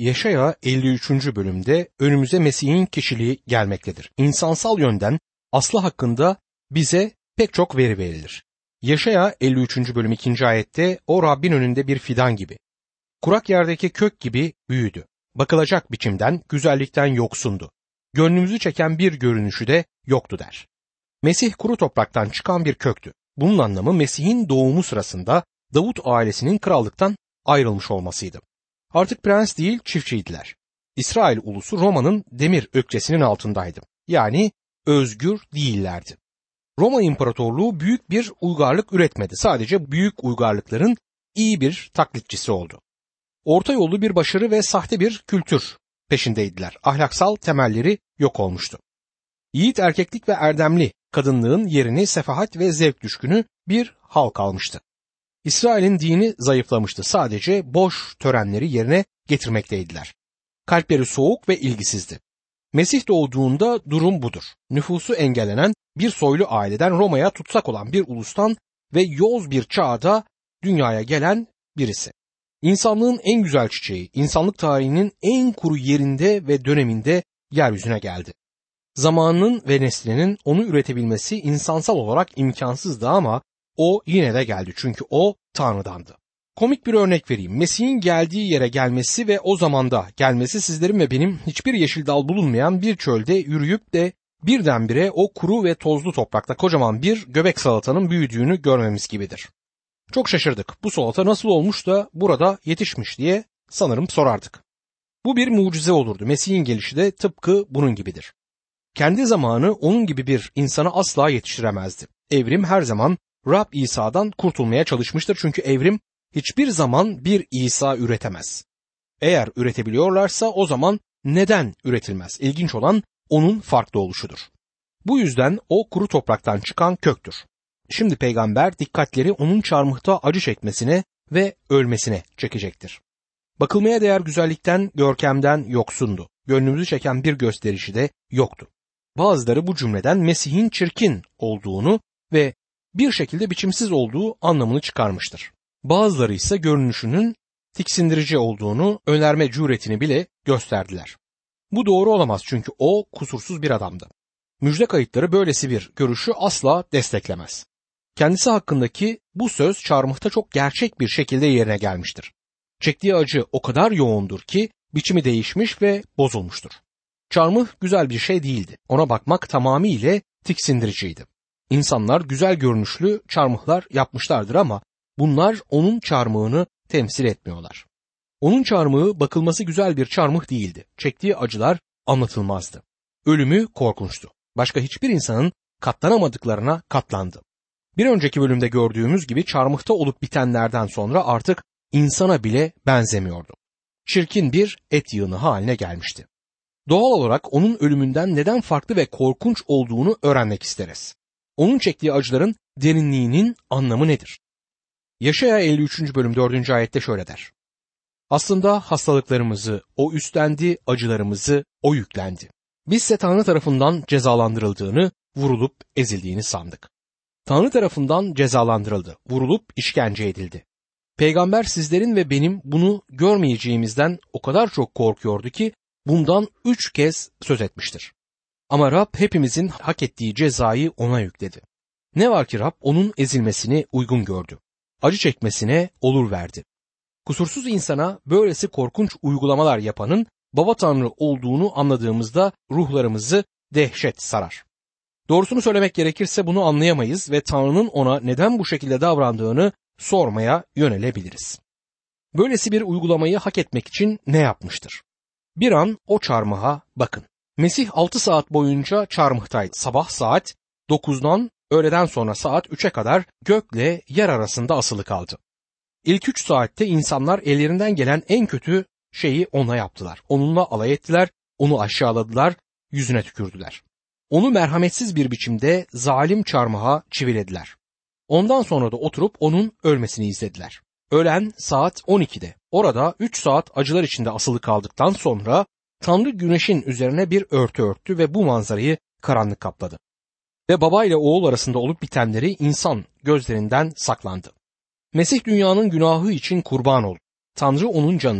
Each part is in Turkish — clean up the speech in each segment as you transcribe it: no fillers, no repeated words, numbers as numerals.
Yeşaya 53. bölümde önümüze Mesih'in kişiliği gelmektedir. İnsansal yönden aslı hakkında bize pek çok veri verilir. Yeşaya 53. bölüm 2. ayette o Rabbin önünde bir fidan gibi, kurak yerdeki kök gibi büyüdü. Bakılacak biçimden, güzellikten yoksundu. Gönlümüzü çeken bir görünüşü de yoktu der. Mesih kuru topraktan çıkan bir köktü. Bunun anlamı Mesih'in doğumu sırasında Davut ailesinin krallıktan ayrılmış olmasıydı. Artık prens değil, çiftçiydiler. İsrail ulusu Roma'nın demir ökçesinin altındaydı. Yani özgür değillerdi. Roma İmparatorluğu büyük bir uygarlık üretmedi. Sadece büyük uygarlıkların iyi bir taklitçisi oldu. Orta yollu bir başarı ve sahte bir kültür peşindeydiler. Ahlaksal temelleri yok olmuştu. Yiğit erkeklik ve erdemli kadınlığın yerini sefahat ve zevk düşkünü bir halk almıştı. İsrail'in dini zayıflamıştı. Sadece boş törenleri yerine getirmekteydiler. Kalpleri soğuk ve ilgisizdi. Mesih doğduğunda durum budur. Nüfusu engellenen bir soylu aileden Roma'ya tutsak olan bir ulustan ve yoz bir çağda dünyaya gelen birisi. İnsanlığın en güzel çiçeği, insanlık tarihinin en kuru yerinde ve döneminde yeryüzüne geldi. Zamanının ve neslinin onu üretebilmesi insansal olarak imkansızdı ama o yine de geldi çünkü o Tanrı'dandı. Komik bir örnek vereyim. Mesih'in geldiği yere gelmesi ve o zamanda gelmesi sizlerin ve benim hiçbir yeşil dal bulunmayan bir çölde yürüyüp de birdenbire o kuru ve tozlu toprakta kocaman bir göbek salatanın büyüdüğünü görmemiz gibidir. Çok şaşırdık. Bu salata nasıl olmuş da burada yetişmiş diye sanırım sorardık. Bu bir mucize olurdu. Mesih'in gelişi de tıpkı bunun gibidir. Kendi zamanı onun gibi bir insanı asla yetiştiremezdi. Evrim her zaman Rab İsa'dan kurtulmaya çalışmıştır çünkü evrim hiçbir zaman bir İsa üretemez. Eğer üretebiliyorlarsa o zaman neden üretilmez? İlginç olan onun farklı oluşudur. Bu yüzden o kuru topraktan çıkan köktür. Şimdi peygamber dikkatleri onun çarmıhta acı çekmesine ve ölmesine çekecektir. Bakılmaya değer güzellikten, görkemden yoksundu. Gönlümüzü çeken bir gösterişi de yoktu. Bazıları bu cümleden Mesih'in çirkin olduğunu ve bir şekilde biçimsiz olduğu anlamını çıkarmıştır. Bazıları ise görünüşünün tiksindirici olduğunu önerme cüretini bile gösterdiler. Bu doğru olamaz çünkü o kusursuz bir adamdı. Müjde kayıtları böylesi bir görüşü asla desteklemez. Kendisi hakkındaki bu söz çarmıhta çok gerçek bir şekilde yerine gelmiştir. Çektiği acı o kadar yoğundur ki biçimi değişmiş ve bozulmuştur. Çarmıh güzel bir şey değildi. Ona bakmak tamamıyla tiksindiriciydi. İnsanlar güzel görünüşlü çarmıhlar yapmışlardır ama bunlar onun çarmıhını temsil etmiyorlar. Onun çarmıhı bakılması güzel bir çarmıh değildi. Çektiği acılar anlatılmazdı. Ölümü korkunçtu. Başka hiçbir insanın katlanamadıklarına katlandı. Bir önceki bölümde gördüğümüz gibi çarmıhta olup bitenlerden sonra artık insana bile benzemiyordu. Çirkin bir et yığını haline gelmişti. Doğal olarak onun ölümünden neden farklı ve korkunç olduğunu öğrenmek isteriz. Onun çektiği acıların derinliğinin anlamı nedir? Yeşaya 53. bölüm 4. ayette şöyle der. Aslında hastalıklarımızı o üstlendi, acılarımızı o yüklendi. Bizse Tanrı tarafından cezalandırıldığını, vurulup ezildiğini sandık. Tanrı tarafından cezalandırıldı, vurulup işkence edildi. Peygamber sizlerin ve benim bunu görmeyeceğimizden o kadar çok korkuyordu ki bundan 3 kez söz etmiştir. Ama Rab hepimizin hak ettiği cezayı ona yükledi. Ne var ki Rab onun ezilmesini uygun gördü. Acı çekmesine olur verdi. Kusursuz insana böylesi korkunç uygulamalar yapanın Baba Tanrı olduğunu anladığımızda ruhlarımızı dehşet sarar. Doğrusunu söylemek gerekirse bunu anlayamayız ve Tanrı'nın ona neden bu şekilde davrandığını sormaya yönelebiliriz. Böylesi bir uygulamayı hak etmek için ne yapmıştır? Bir an o çarmıha bakın. Mesih 6 saat boyunca çarmıhtaydı. Sabah saat 9'dan öğleden sonra saat 3'e kadar gökle yer arasında asılı kaldı. İlk 3 saatte insanlar ellerinden gelen en kötü şeyi ona yaptılar. Onunla alay ettiler, onu aşağıladılar, yüzüne tükürdüler. Onu merhametsiz bir biçimde zalim çarmıha çivilediler. Ondan sonra da oturup onun ölmesini izlediler. Öğlen saat 12'de orada 3 saat acılar içinde asılı kaldıktan sonra Tanrı güneşin üzerine bir örtü örttü ve bu manzarayı karanlık kapladı. Ve baba ile oğul arasında olup bitenleri insan gözlerinden saklandı. Mesih dünyanın günahı için kurban oldu. Tanrı onun canını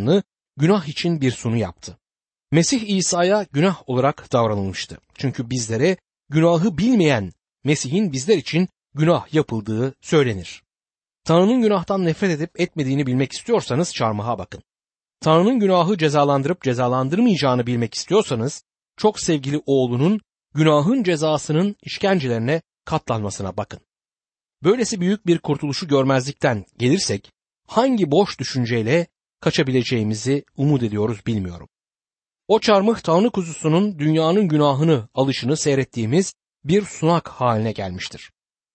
günah için bir sunu yaptı. Mesih İsa'ya günah olarak davranılmıştı. Çünkü bizlere günahı bilmeyen Mesih'in bizler için günah yapıldığı söylenir. Tanrı'nın günahtan nefret edip etmediğini bilmek istiyorsanız çarmıha bakın. Tanrı'nın günahı cezalandırıp cezalandırmayacağını bilmek istiyorsanız çok sevgili oğlunun günahın cezasının işkencelerine katlanmasına bakın. Böylesi büyük bir kurtuluşu görmezlikten gelirsek hangi boş düşünceyle kaçabileceğimizi umut ediyoruz bilmiyorum. O çarmıh Tanrı kuzusunun dünyanın günahını alışını seyrettiğimiz bir sunak haline gelmiştir.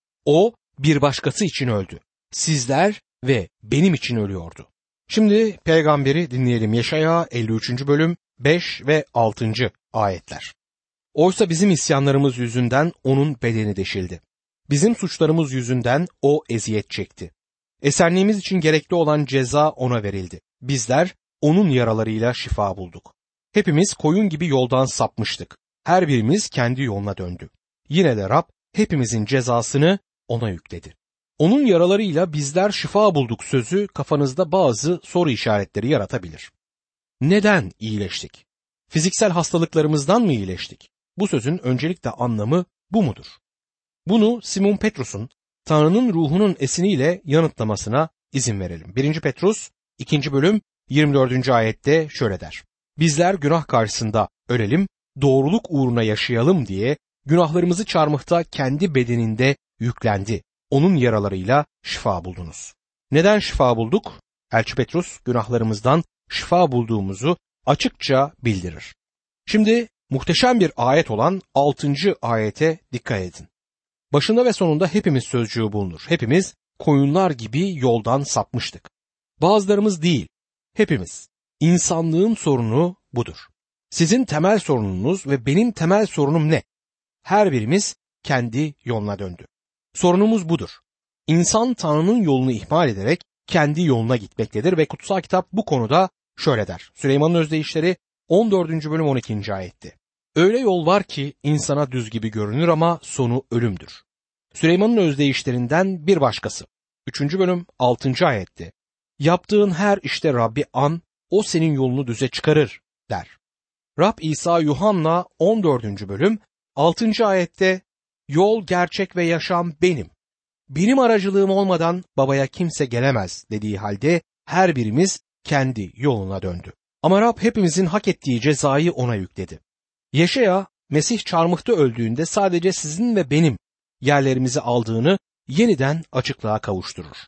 O bir başkası için öldü. Sizler ve benim için ölüyordu. Şimdi peygamberi dinleyelim. Yeşaya 53. bölüm 5 ve 6. ayetler. Oysa bizim isyanlarımız yüzünden onun bedeni deşildi. Bizim suçlarımız yüzünden o eziyet çekti. Esenliğimiz için gerekli olan ceza ona verildi. Bizler onun yaralarıyla şifa bulduk. Hepimiz koyun gibi yoldan sapmıştık. Her birimiz kendi yoluna döndü. Yine de Rab hepimizin cezasını ona yükledi. Onun yaralarıyla bizler şifa bulduk sözü kafanızda bazı soru işaretleri yaratabilir. Neden iyileştik? Fiziksel hastalıklarımızdan mı iyileştik? Bu sözün öncelikle anlamı bu mudur? Bunu Simon Petrus'un Tanrı'nın ruhunun esiniyle yanıtlamasına izin verelim. 1. Petrus 2. bölüm 24. ayette şöyle der. Bizler günah karşısında ölelim, doğruluk uğruna yaşayalım diye günahlarımızı çarmıhta kendi bedeninde yüklendi. Onun yaralarıyla şifa buldunuz. Neden şifa bulduk? Elçi Petrus günahlarımızdan şifa bulduğumuzu açıkça bildirir. Şimdi muhteşem bir ayet olan 6. ayete dikkat edin. Başında ve sonunda hepimiz sözcüğü bulunur. Hepimiz koyunlar gibi yoldan sapmıştık. Bazılarımız değil, hepimiz. İnsanlığın sorunu budur. Sizin temel sorununuz ve benim temel sorunum ne? Her birimiz kendi yoluna döndü. Sorunumuz budur. İnsan Tanrı'nın yolunu ihmal ederek kendi yoluna gitmektedir ve kutsal kitap bu konuda şöyle der. Süleyman'ın özdeyişleri 14. bölüm 12. ayetti. Öyle yol var ki insana düz gibi görünür ama sonu ölümdür. Süleyman'ın özdeyişlerinden bir başkası. 3. bölüm 6. ayetti. Yaptığın her işte Rabbi an, o senin yolunu düze çıkarır der. Rab İsa Yuhanna 14. bölüm 6. ayette yol, gerçek ve yaşam benim. Benim aracılığım olmadan babaya kimse gelemez dediği halde her birimiz kendi yoluna döndü. Ama Rab hepimizin hak ettiği cezayı ona yükledi. Yeşaya Mesih çarmıhta öldüğünde sadece sizin ve benim yerlerimizi aldığını yeniden açıklığa kavuşturur.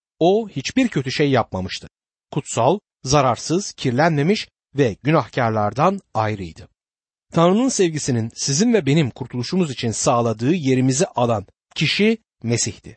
O hiçbir kötü şey yapmamıştı. Kutsal, zararsız, kirlenmemiş ve günahkarlardan ayrıydı. Tanrı'nın sevgisinin sizin ve benim kurtuluşumuz için sağladığı yerimizi alan kişi Mesih'ti.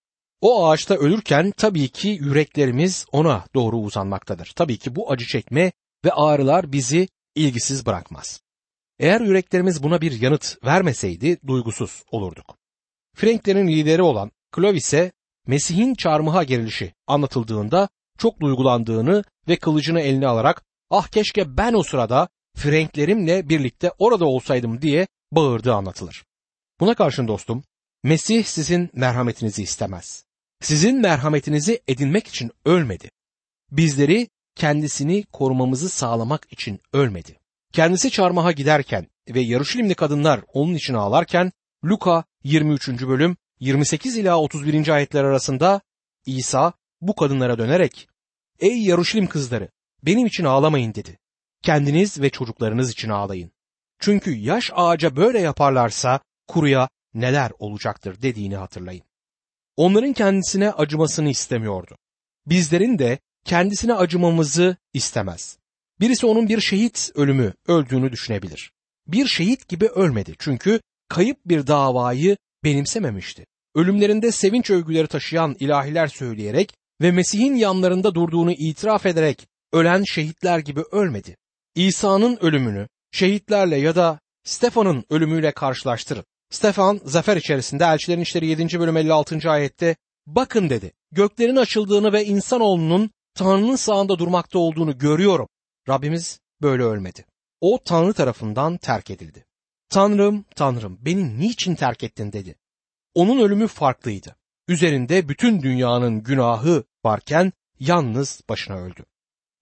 O ağaçta ölürken tabii ki yüreklerimiz ona doğru uzanmaktadır. Tabii ki bu acı çekme ve ağrılar bizi ilgisiz bırakmaz. Eğer yüreklerimiz buna bir yanıt vermeseydi duygusuz olurduk. Frenklerin lideri olan Clovis'e Mesih'in çarmıha gerilişi anlatıldığında çok duygulandığını ve kılıcını eline alarak "Ah keşke ben o sırada Frenklerimle birlikte orada olsaydım" diye bağırdığı anlatılır. Buna karşın dostum, Mesih sizin merhametinizi istemez. Sizin merhametinizi edinmek için ölmedi. Bizleri kendisini korumamızı sağlamak için ölmedi. Kendisi çarmıha giderken ve Yarışilimli kadınlar onun için ağlarken Luka 23. bölüm 28 ila 31. ayetler arasında İsa bu kadınlara dönerek "Ey Yarışilim kızları, benim için ağlamayın" dedi. "Kendiniz ve çocuklarınız için ağlayın. Çünkü yaş ağaca böyle yaparlarsa kuruya neler olacaktır" dediğini hatırlayın. Onların kendisine acımasını istemiyordu. Bizlerin de kendisine acımamızı istemez. Birisi onun bir şehit ölümü öldüğünü düşünebilir. Bir şehit gibi ölmedi çünkü kayıp bir davayı benimsememişti. Ölümlerinde sevinç övgüleri taşıyan ilahiler söyleyerek ve Mesih'in yanlarında durduğunu itiraf ederek ölen şehitler gibi ölmedi. İsa'nın ölümünü şehitlerle ya da Stefan'ın ölümüyle karşılaştırın. Stefan zafer içerisinde Elçilerin İşleri 7. bölüm 56. ayette "Bakın" dedi, "göklerin açıldığını ve insanoğlunun Tanrı'nın sağında durmakta olduğunu görüyorum." Rabbimiz böyle ölmedi. O Tanrı tarafından terk edildi. "Tanrım, Tanrım, beni niçin terk ettin?" dedi. Onun ölümü farklıydı. Üzerinde bütün dünyanın günahı varken yalnız başına öldü.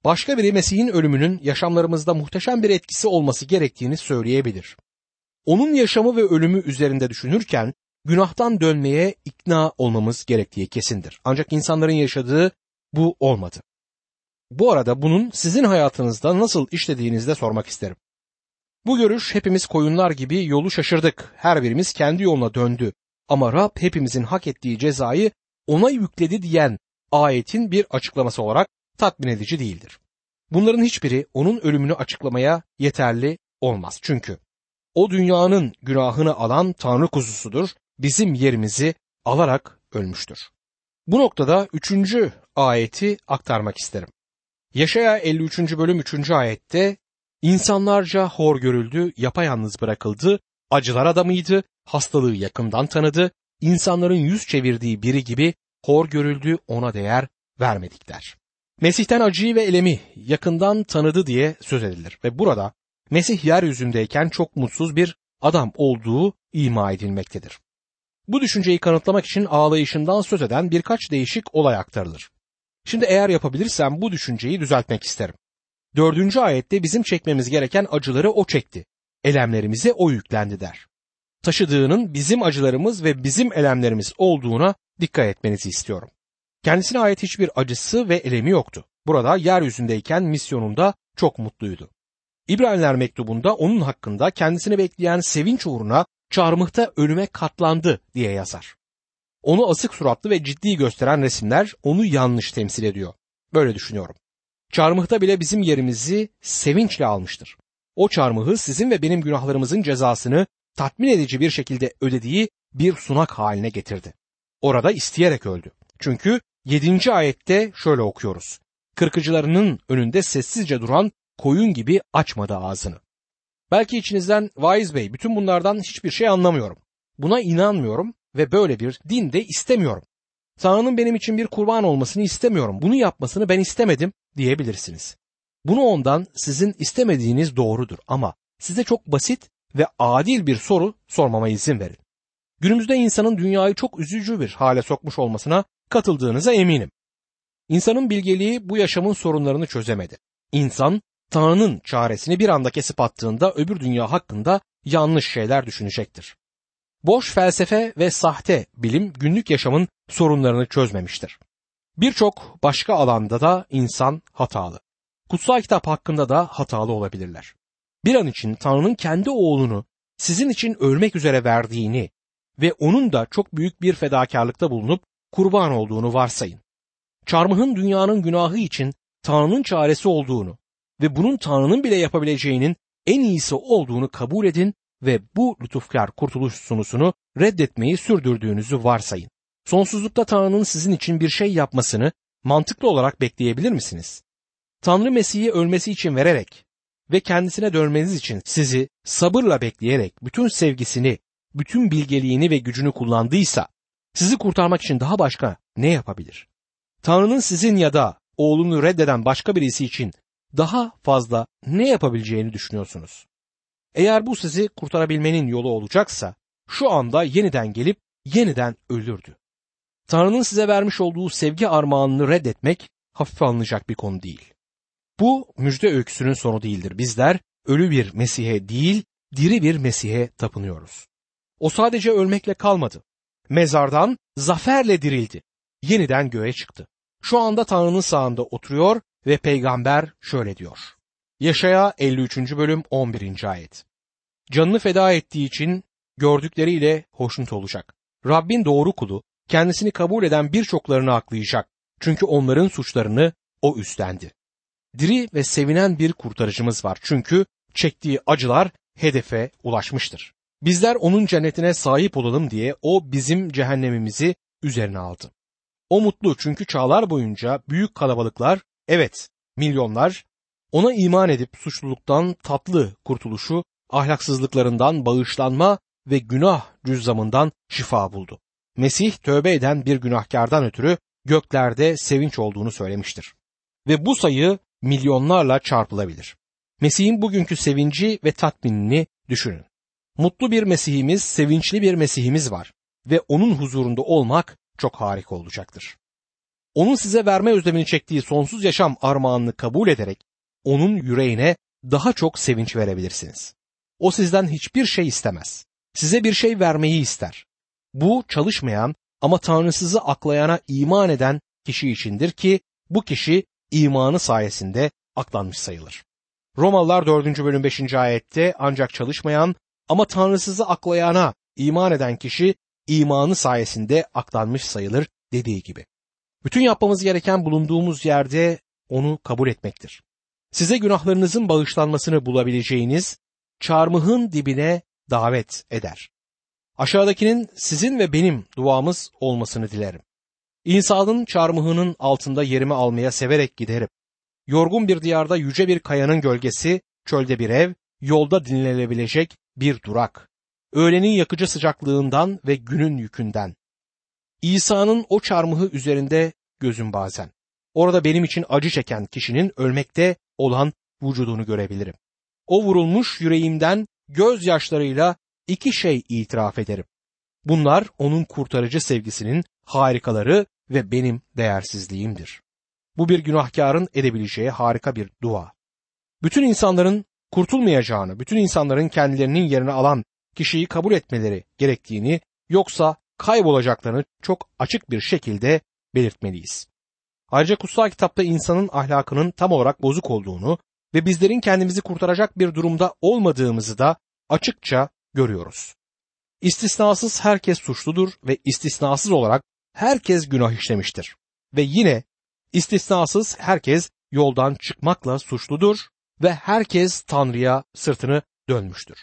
Başka biri Mesih'in ölümünün yaşamlarımızda muhteşem bir etkisi olması gerektiğini söyleyebilir. Onun yaşamı ve ölümü üzerinde düşünürken günahtan dönmeye ikna olmamız gerektiği kesindir. Ancak insanların yaşadığı bu olmadı. Bu arada bunun sizin hayatınızda nasıl işlediğinizi de sormak isterim. Bu görüş hepimiz koyunlar gibi yolu şaşırdık. Her birimiz kendi yoluna döndü. Ama Rab hepimizin hak ettiği cezayı ona yükledi diyen ayetin bir açıklaması olarak tatmin edici değildir. Bunların hiçbiri onun ölümünü açıklamaya yeterli olmaz. Çünkü o dünyanın günahını alan Tanrı kuzusudur, bizim yerimizi alarak ölmüştür. Bu noktada 3. ayeti aktarmak isterim. Yaşaya 53. bölüm 3. ayette insanlarca hor görüldü, yapayalnız bırakıldı, acılar adamıydı, hastalığı yakından tanıdı, insanların yüz çevirdiği biri gibi hor görüldü, ona değer vermedik der. Mesih'ten acıyı ve elemi yakından tanıdı diye söz edilir ve burada Mesih yeryüzündeyken çok mutsuz bir adam olduğu ima edilmektedir. Bu düşünceyi kanıtlamak için ağlayışından söz eden birkaç değişik olay aktarılır. Şimdi eğer yapabilirsem bu düşünceyi düzeltmek isterim. 4. ayette bizim çekmemiz gereken acıları o çekti, elemlerimize o yüklendi der. Taşıdığının bizim acılarımız ve bizim elemlerimiz olduğuna dikkat etmenizi istiyorum. Kendisine ait hiçbir acısı ve elemi yoktu. Burada yeryüzündeyken misyonunda çok mutluydu. İbraniler mektubunda onun hakkında kendisini bekleyen sevinç uğruna çarmıhta ölüme katlandı diye yazar. Onu asık suratlı ve ciddi gösteren resimler onu yanlış temsil ediyor. Böyle düşünüyorum. Çarmıhta bile bizim yerimizi sevinçle almıştır. O çarmıhı sizin ve benim günahlarımızın cezasını tatmin edici bir şekilde ödediği bir sunak haline getirdi. Orada isteyerek öldü. Çünkü 7. ayette şöyle okuyoruz. Kırkıcılarının önünde sessizce duran koyun gibi açmadı ağzını. Belki içinizden vaiz bey bütün bunlardan hiçbir şey anlamıyorum. Buna inanmıyorum ve böyle bir din de istemiyorum. Tanrı'nın benim için bir kurban olmasını istemiyorum. Bunu yapmasını ben istemedim diyebilirsiniz. Bunu ondan sizin istemediğiniz doğrudur ama size çok basit ve adil bir soru sormama izin verin. Günümüzde insanın dünyayı çok üzücü bir hale sokmuş olmasına katıldığınıza eminim. İnsanın bilgeliği bu yaşamın sorunlarını çözemedi. İnsan Tanrı'nın çaresini bir anda kesip attığında öbür dünya hakkında yanlış şeyler düşünecektir. Boş felsefe ve sahte bilim günlük yaşamın sorunlarını çözmemiştir. Birçok başka alanda da insan hatalı. Kutsal kitap hakkında da hatalı olabilirler. Bir an için Tanrı'nın kendi oğlunu sizin için ölmek üzere verdiğini ve onun da çok büyük bir fedakarlıkta bulunup kurban olduğunu varsayın. Çarmıhın dünyanın günahı için Tanrı'nın çaresi olduğunu ve bunun Tanrı'nın bile yapabileceğinin en iyisi olduğunu kabul edin ve bu lütufkar kurtuluş sunusunu reddetmeyi sürdürdüğünüzü varsayın. Sonsuzlukta Tanrı'nın sizin için bir şey yapmasını mantıklı olarak bekleyebilir misiniz? Tanrı Mesih'i ölmesi için vererek ve kendisine dönmeniz için sizi sabırla bekleyerek bütün sevgisini, bütün bilgeliğini ve gücünü kullandıysa sizi kurtarmak için daha başka ne yapabilir? Tanrı'nın sizin ya da oğlunu reddeden başka birisi için daha fazla ne yapabileceğini düşünüyorsunuz? Eğer bu sizi kurtarabilmenin yolu olacaksa şu anda yeniden gelip yeniden ölürdü. Tanrı'nın size vermiş olduğu sevgi armağanını reddetmek hafife alınacak bir konu değil. Bu müjde öyküsünün sonu değildir. Bizler ölü bir Mesih'e değil, diri bir Mesih'e tapınıyoruz. O sadece ölmekle kalmadı. Mezardan zaferle dirildi. Yeniden göğe çıktı. Şu anda Tanrı'nın sağında oturuyor ve peygamber şöyle diyor. Yaşaya 53. bölüm 11. ayet. Canını feda ettiği için gördükleriyle hoşnut olacak. Rabbin doğru kulu kendisini kabul eden birçoklarını aklayacak. Çünkü onların suçlarını o üstlendi. Diri ve sevinen bir kurtarıcımız var. Çünkü çektiği acılar hedefe ulaşmıştır. Bizler onun cennetine sahip olalım diye o bizim cehennemimizi üzerine aldı. O mutlu çünkü çağlar boyunca büyük kalabalıklar, evet milyonlar ona iman edip suçluluktan tatlı kurtuluşu, ahlaksızlıklarından bağışlanma ve günah cüzzamından şifa buldu. Mesih tövbe eden bir günahkardan ötürü göklerde sevinç olduğunu söylemiştir. Ve bu sayı milyonlarla çarpılabilir. Mesih'in bugünkü sevinci ve tatminini düşünün. Mutlu bir Mesih'imiz, sevinçli bir Mesih'imiz var ve onun huzurunda olmak çok harika olacaktır. onun size verme özlemini çektiği sonsuz yaşam armağanını kabul ederek onun yüreğine daha çok sevinç verebilirsiniz. O sizden hiçbir şey istemez. Size bir şey vermeyi ister. Bu çalışmayan ama Tanrısızı aklayana iman eden kişi içindir ki bu kişi imanı sayesinde aklanmış sayılır. Romalılar 4. bölüm 5. ayette ancak çalışmayan ama Tanrısızı aklayana iman eden kişi imanı sayesinde aklanmış sayılır dediği gibi. Bütün yapmamız gereken bulunduğumuz yerde onu kabul etmektir. Size günahlarınızın bağışlanmasını bulabileceğiniz çarmıhın dibine davet eder. Aşağıdakinin sizin ve benim duamız olmasını dilerim. İsa'nın çarmıhının altında yerimi almaya severek giderim. Yorgun bir diyarda yüce bir kayanın gölgesi, çölde bir ev, yolda dinlenebilecek bir durak. Öğlenin yakıcı sıcaklığından ve günün yükünden. İsa'nın o çarmıhı üzerinde gözüm bazen. Orada benim için acı çeken kişinin ölmekte olan vücudunu görebilirim. O vurulmuş yüreğimden gözyaşlarıyla iki şey itiraf ederim. Bunlar onun kurtarıcı sevgisinin harikaları ve benim değersizliğimdir. Bu bir günahkarın edebileceği harika bir dua. Bütün insanların kurtulmayacağını, bütün insanların kendilerinin yerini alan kişiyi kabul etmeleri gerektiğini, yoksa kaybolacaklarını çok açık bir şekilde belirtmeliyiz. Ayrıca kutsal kitapta insanın ahlakının tam olarak bozuk olduğunu ve bizlerin kendimizi kurtaracak bir durumda olmadığımızı da açıkça görüyoruz. İstisnasız herkes suçludur ve istisnasız olarak herkes günah işlemiştir. Ve yine istisnasız herkes yoldan çıkmakla suçludur ve herkes Tanrı'ya sırtını dönmüştür.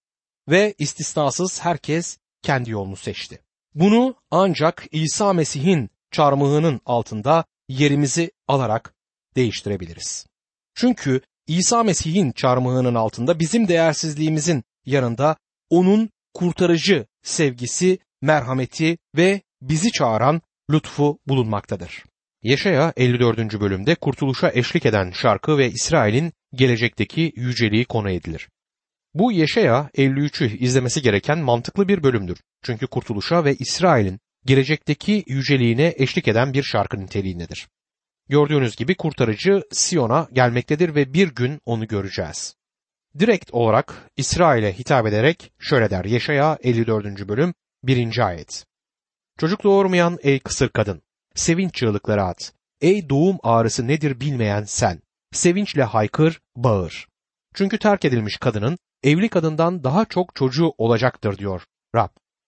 Ve istisnasız herkes kendi yolunu seçti. Bunu ancak İsa Mesih'in çarmıhının altında yerimizi alarak değiştirebiliriz. Çünkü İsa Mesih'in çarmıhının altında bizim değersizliğimizin yanında onun kurtarıcı sevgisi, merhameti ve bizi çağıran lütfu bulunmaktadır. Yeşaya 54. bölümde kurtuluşa eşlik eden şarkı ve İsrail'in gelecekteki yüceliği konu edilir. Bu Yeşaya 53'ü izlemesi gereken mantıklı bir bölümdür. Çünkü kurtuluşa ve İsrail'in gelecekteki yüceliğine eşlik eden bir şarkı niteliğindedir. Gördüğünüz gibi kurtarıcı Siyon'a gelmektedir ve bir gün onu göreceğiz. Direkt olarak İsrail'e hitap ederek şöyle der Yeşaya 54. bölüm 1. ayet. Çocuk doğurmayan ey kısır kadın, sevinç çığlıkları at. Ey doğum ağrısı nedir bilmeyen sen, sevinçle haykır, bağır. Çünkü terk edilmiş kadının evli kadından daha çok çocuğu olacaktır diyor Rab.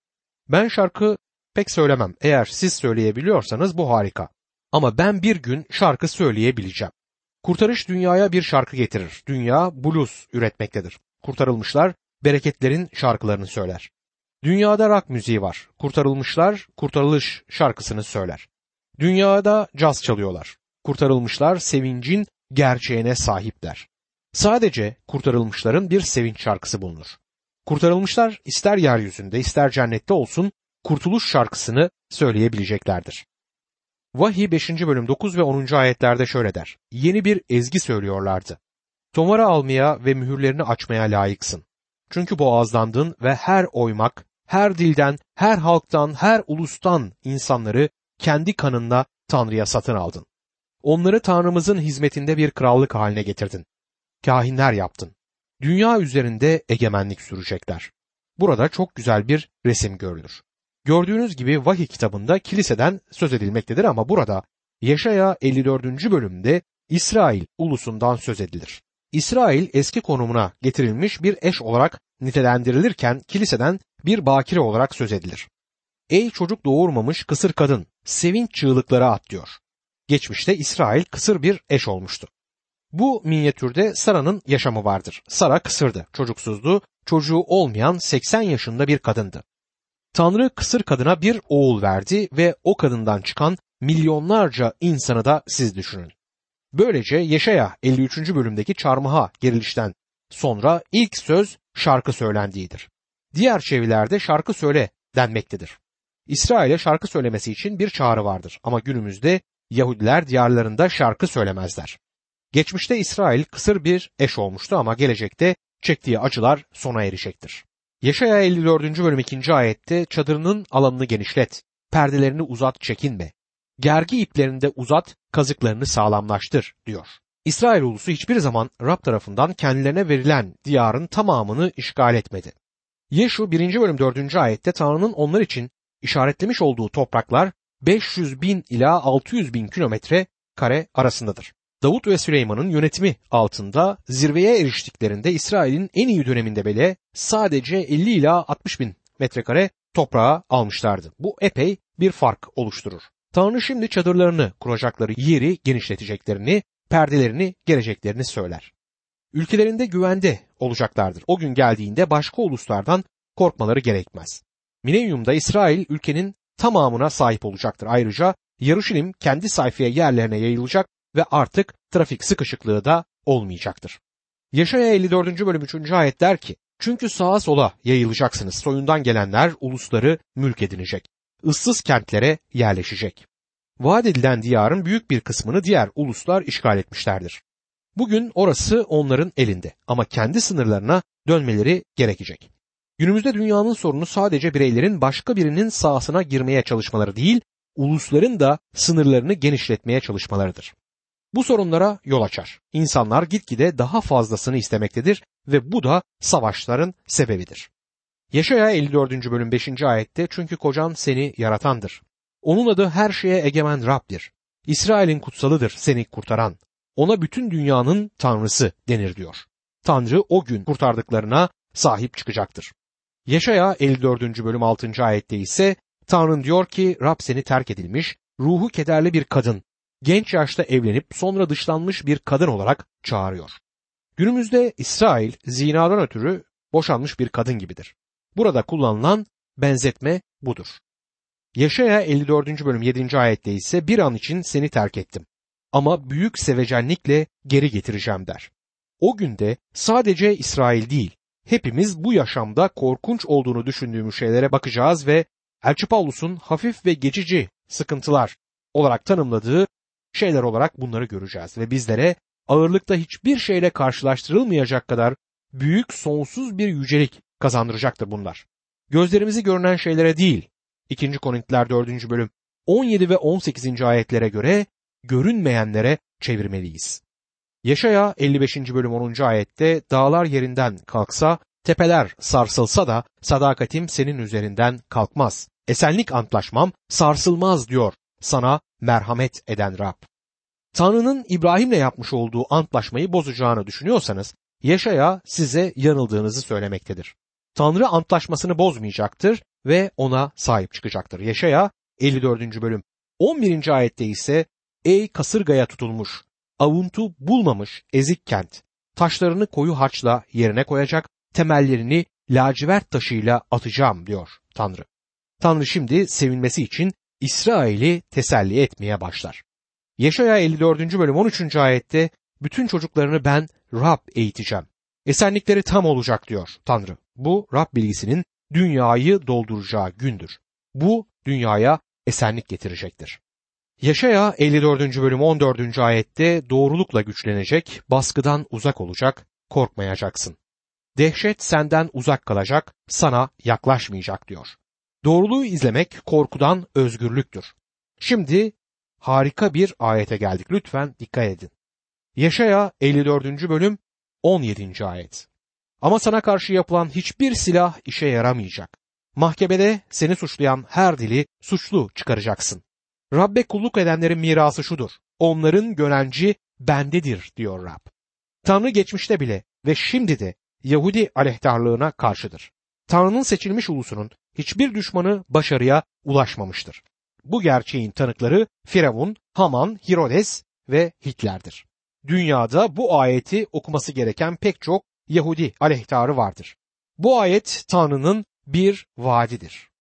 Ben şarkı pek söylemem. Eğer siz söyleyebiliyorsanız bu harika. Ama ben bir gün şarkı söyleyebileceğim. Kurtarış dünyaya bir şarkı getirir. Dünya blues üretmektedir. Kurtarılmışlar bereketlerin şarkılarını söyler. Dünyada rock müziği var. Kurtarılmışlar kurtarılış şarkısını söyler. Dünyada caz çalıyorlar. Kurtarılmışlar sevincin gerçeğine sahipler. Sadece kurtarılmışların bir sevinç şarkısı bulunur. Kurtarılmışlar ister yeryüzünde ister cennette olsun kurtuluş şarkısını söyleyebileceklerdir. Vahiy 5. bölüm 9 ve 10. ayetlerde şöyle der. Yeni bir ezgi söylüyorlardı. Tomara almaya ve mühürlerini açmaya layıksın. Çünkü boğazlandın ve her oymak, her dilden, her halktan, her ulustan insanları kendi kanınla Tanrı'ya satın aldın. Onları Tanrımızın hizmetinde bir krallık haline getirdin. Kahinler yaptın. Dünya üzerinde egemenlik sürecekler. Burada çok güzel bir resim görülür. Gördüğünüz gibi Vahiy kitabında kiliseden söz edilmektedir ama burada Yeşaya 54. bölümde İsrail ulusundan söz edilir. İsrail eski konumuna getirilmiş bir eş olarak nitelendirilirken kiliseden bir bakire olarak söz edilir. Ey çocuk doğurmamış kısır kadın, sevinç çığlıkları at diyor. Geçmişte İsrail kısır bir eş olmuştu. Bu minyatürde Sara'nın yaşamı vardır. Sara kısırdı, çocuksuzdu, çocuğu olmayan 80 yaşında bir kadındı. Tanrı kısır kadına bir oğul verdi ve o kadından çıkan milyonlarca insanı da siz düşünün. Böylece Yeşaya 53. bölümdeki çarmıha gerilişten sonra ilk söz şarkı söylendiğidir. Diğer çevirilerde şarkı söyle denmektedir. İsrail'e şarkı söylemesi için bir çağrı vardır ama günümüzde Yahudiler diyarlarında şarkı söylemezler. Geçmişte İsrail kısır bir eş olmuştu ama gelecekte çektiği acılar sona erecektir. Yeşaya 54. bölüm 2. ayette çadırının alanını genişlet, perdelerini uzat çekinme. Gergi iplerini de uzat, kazıklarını sağlamlaştır diyor. İsrail ulusu hiçbir zaman Rab tarafından kendilerine verilen diyarın tamamını işgal etmedi. Yeşu 1. bölüm 4. ayette Tanrı'nın onlar için işaretlemiş olduğu topraklar 500 bin ila 600 bin kilometre kare arasındadır. Davut ve Süleyman'ın yönetimi altında zirveye eriştiklerinde İsrail'in en iyi döneminde bile sadece 50 ila 60 bin metrekare toprağı almışlardı. Bu epey bir fark oluşturur. Tanrı şimdi çadırlarını kuracakları yeri genişleteceklerini, perdelerini gereceklerini söyler. Ülkelerinde güvende olacaklardır. O gün geldiğinde başka uluslardan korkmaları gerekmez. Milenyumda İsrail ülkenin tamamına sahip olacaktır. Ayrıca Yaruşilim kendi sayfiye yerlerine yayılacak ve artık trafik sıkışıklığı da olmayacaktır. Yeşaya 54. bölüm 3. ayet der ki, çünkü sağa sola yayılacaksınız, soyundan gelenler ulusları mülk edinecek, ıssız kentlere yerleşecek. Vaat edilen diyarın büyük bir kısmını diğer uluslar işgal etmişlerdir. Bugün orası onların elinde ama kendi sınırlarına dönmeleri gerekecek. Günümüzde dünyanın sorunu sadece bireylerin başka birinin sahasına girmeye çalışmaları değil, ulusların da sınırlarını genişletmeye çalışmalarıdır. Bu sorunlara yol açar. İnsanlar gitgide daha fazlasını istemektedir ve bu da savaşların sebebidir. Yeşaya 54. bölüm 5. ayette çünkü kocan seni yaratandır. Onun adı her şeye egemen Rab'dir. İsrail'in kutsalıdır seni kurtaran. Ona bütün dünyanın Tanrısı denir diyor. Tanrı o gün kurtardıklarına sahip çıkacaktır. Yeşaya 54. bölüm 6. ayette ise Tanrı diyor ki Rab seni terk edilmiş, ruhu kederli bir kadın, genç yaşta evlenip sonra dışlanmış bir kadın olarak çağırıyor. Günümüzde İsrail zinadan ötürü boşanmış bir kadın gibidir. Burada kullanılan benzetme budur. Yeşaya 54. bölüm 7. ayette ise bir an için seni terk ettim ama büyük sevecenlikle geri getireceğim der. O günde sadece İsrail değil, hepimiz bu yaşamda korkunç olduğunu düşündüğümüz şeylere bakacağız ve Elçi Pavlus'un hafif ve geçici sıkıntılar olarak tanımladığı şeyler olarak bunları göreceğiz ve bizlere ağırlıkta hiçbir şeyle karşılaştırılmayacak kadar büyük sonsuz bir yücelik kazandıracaktır bunlar. Gözlerimizi görünen şeylere değil, 2. Korintiler 4. bölüm 17 ve 18. ayetlere göre görünmeyenlere çevirmeliyiz. Yeşaya 55. bölüm 10. ayette dağlar yerinden kalksa, tepeler sarsılsa da sadakatim senin üzerinden kalkmaz. Esenlik antlaşmam sarsılmaz diyor sana merhamet eden Rab. Tanrı'nın İbrahim'le yapmış olduğu antlaşmayı bozacağını düşünüyorsanız Yeşaya size yanıldığınızı söylemektedir. Tanrı antlaşmasını bozmayacaktır ve ona sahip çıkacaktır. Yeşaya 54. bölüm 11. ayette ise ey kasırgaya tutulmuş, avuntu bulmamış ezik kent, taşlarını koyu harçla yerine koyacak, temellerini lacivert taşıyla atacağım diyor Tanrı. Tanrı şimdi sevinmesi için İsrail'i teselli etmeye başlar. Yeşaya 54. bölüm 13. ayette bütün çocuklarını ben Rab eğiteceğim. Esenlikleri tam olacak diyor Tanrı. Bu Rab bilgisinin dünyayı dolduracağı gündür. Bu dünyaya esenlik getirecektir. Yeşaya 54. bölüm 14. ayette doğrulukla güçlenecek, baskıdan uzak olacak, korkmayacaksın. Dehşet senden uzak kalacak, sana yaklaşmayacak diyor. Doğruluğu izlemek korkudan özgürlüktür. Şimdi harika bir ayete geldik. Lütfen dikkat edin. Yeşaya 54. bölüm 17. ayet. Ama sana karşı yapılan hiçbir silah işe yaramayacak. Mahkemede seni suçlayan her dili suçlu çıkaracaksın. Rabbe kulluk edenlerin mirası şudur. Onların gönenci bendedir diyor Rab. Tanrı geçmişte bile ve şimdi de Yahudi aleyhtarlığına karşıdır. Tanrı'nın seçilmiş ulusunun hiçbir düşmanı başarıya ulaşmamıştır. Bu gerçeğin tanıkları Firavun, Haman, Hirodes ve Hitler'dir. Dünyada bu ayeti okuması gereken pek çok Yahudi aleyhtarı vardır. Bu ayet Tanrı'nın bir vaadidir.